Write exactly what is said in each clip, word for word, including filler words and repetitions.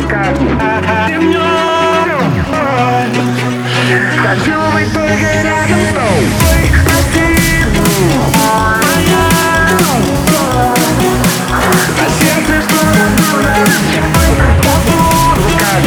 Хочу быть только рядом с тобой. На сердце что-то было. Побуду как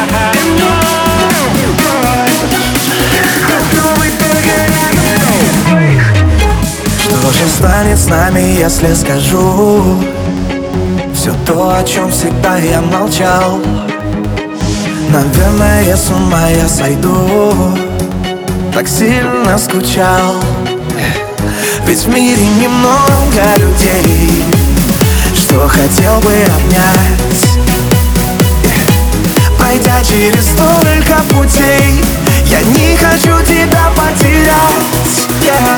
хочу быть только рядом с тобой. Что же станет с нами, если скажу все то, о чем всегда я молчал? Наверное, с ума я сойду, так сильно скучал. Ведь в мире немного людей, что хотел бы обнять. Пройдя через столько путей, я не хочу тебя потерять. yeah.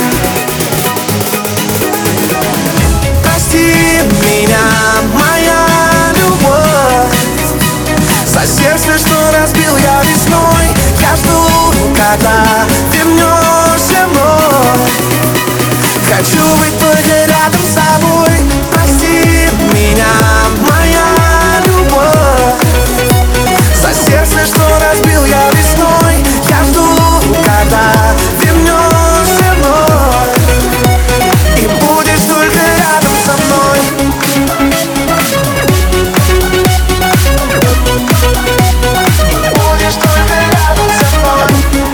Прости меня, моя любовь, за сердце, что разбил я весной. Я жду, когда вернешься вновь. Хочу быть только рядом с тобой. Прости меня, моя любовь, за сердце, что разбил я весной. Я жду, когда вернешься вновь и будешь только рядом со мной. Будешь только рядом со мной.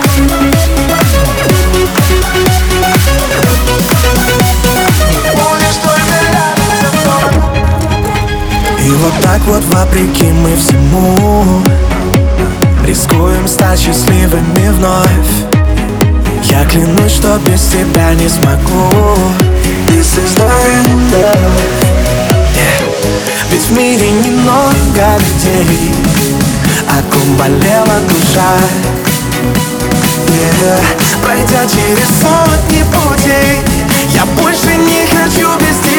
Будешь только рядом со мной. И вот так вот, вопреки мы всему, рискуем стать счастливыми вновь. Я клянусь, что без тебя не смогу. This is the end of yeah. Ведь в мире немного людей, о ком болела душа. yeah. Пройдя через сотни путей, я больше не хочу без тебя.